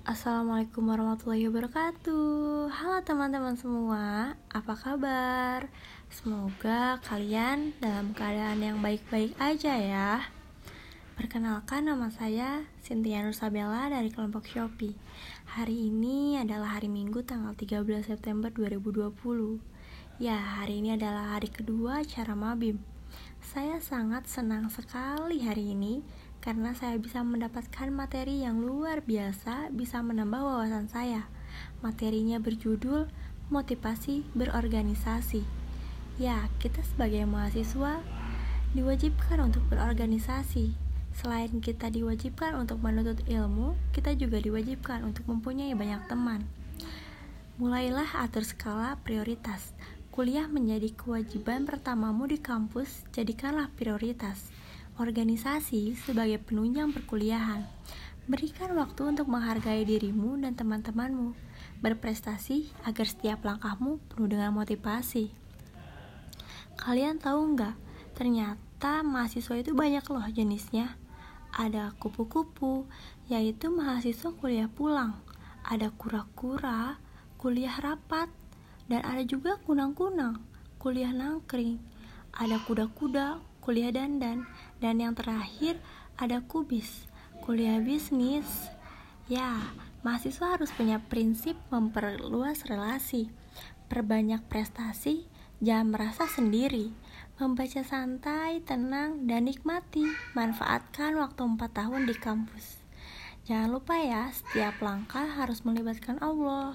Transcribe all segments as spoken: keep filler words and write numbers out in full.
Assalamualaikum warahmatullahi wabarakatuh. Halo teman-teman semua, apa kabar? Semoga kalian dalam keadaan yang baik-baik aja ya. Perkenalkan, nama saya Cynthia Nursabella dari kelompok Shopee. Hari ini adalah hari Minggu tanggal tiga belas September dua ribu dua puluh. Ya, hari ini adalah hari kedua acara Mabim. Saya sangat senang sekali hari ini karena saya bisa mendapatkan materi yang luar biasa, bisa menambah wawasan saya. Materinya berjudul motivasi berorganisasi. Ya, kita sebagai mahasiswa diwajibkan untuk berorganisasi. Selain kita diwajibkan untuk menuntut ilmu, kita juga diwajibkan untuk mempunyai banyak teman. Mulailah atur skala prioritas. Kuliah menjadi kewajiban pertamamu di kampus, jadikanlah prioritas. Organisasi sebagai penunjang perkuliahan. Berikan waktu untuk menghargai dirimu dan teman-temanmu. Berprestasi agar setiap langkahmu penuh dengan motivasi. Kalian tahu nggak? Ternyata mahasiswa itu banyak loh jenisnya. Ada kupu-kupu, yaitu mahasiswa kuliah pulang. Ada kura-kura, kuliah rapat. Dan ada juga kunang-kunang, kuliah nangkring. Ada kuda-kuda, kuliah dandan. Dan yang terakhir ada kubis, kuliah bisnis. Ya, mahasiswa harus punya prinsip memperluas relasi, perbanyak prestasi, jangan merasa sendiri, membaca santai, tenang, dan nikmati. Manfaatkan waktu empat tahun di kampus. Jangan lupa ya, setiap langkah harus melibatkan Allah.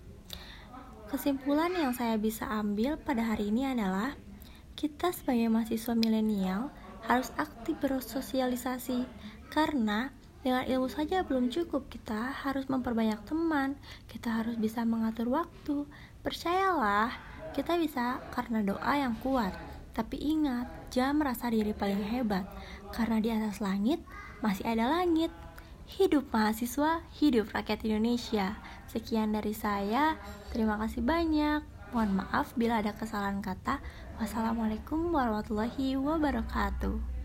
Kesimpulan yang saya bisa ambil pada hari ini adalah kita sebagai mahasiswa milenial harus aktif bersosialisasi, karena dengan ilmu saja belum cukup, kita harus memperbanyak teman, kita harus bisa mengatur waktu. Percayalah, kita bisa karena doa yang kuat. Tapi ingat, jangan merasa diri paling hebat, karena di atas langit masih ada langit. Hidup mahasiswa, hidup rakyat Indonesia. Sekian dari saya, terima kasih banyak. Mohon maaf bila ada kesalahan kata. Wassalamualaikum warahmatullahi wabarakatuh.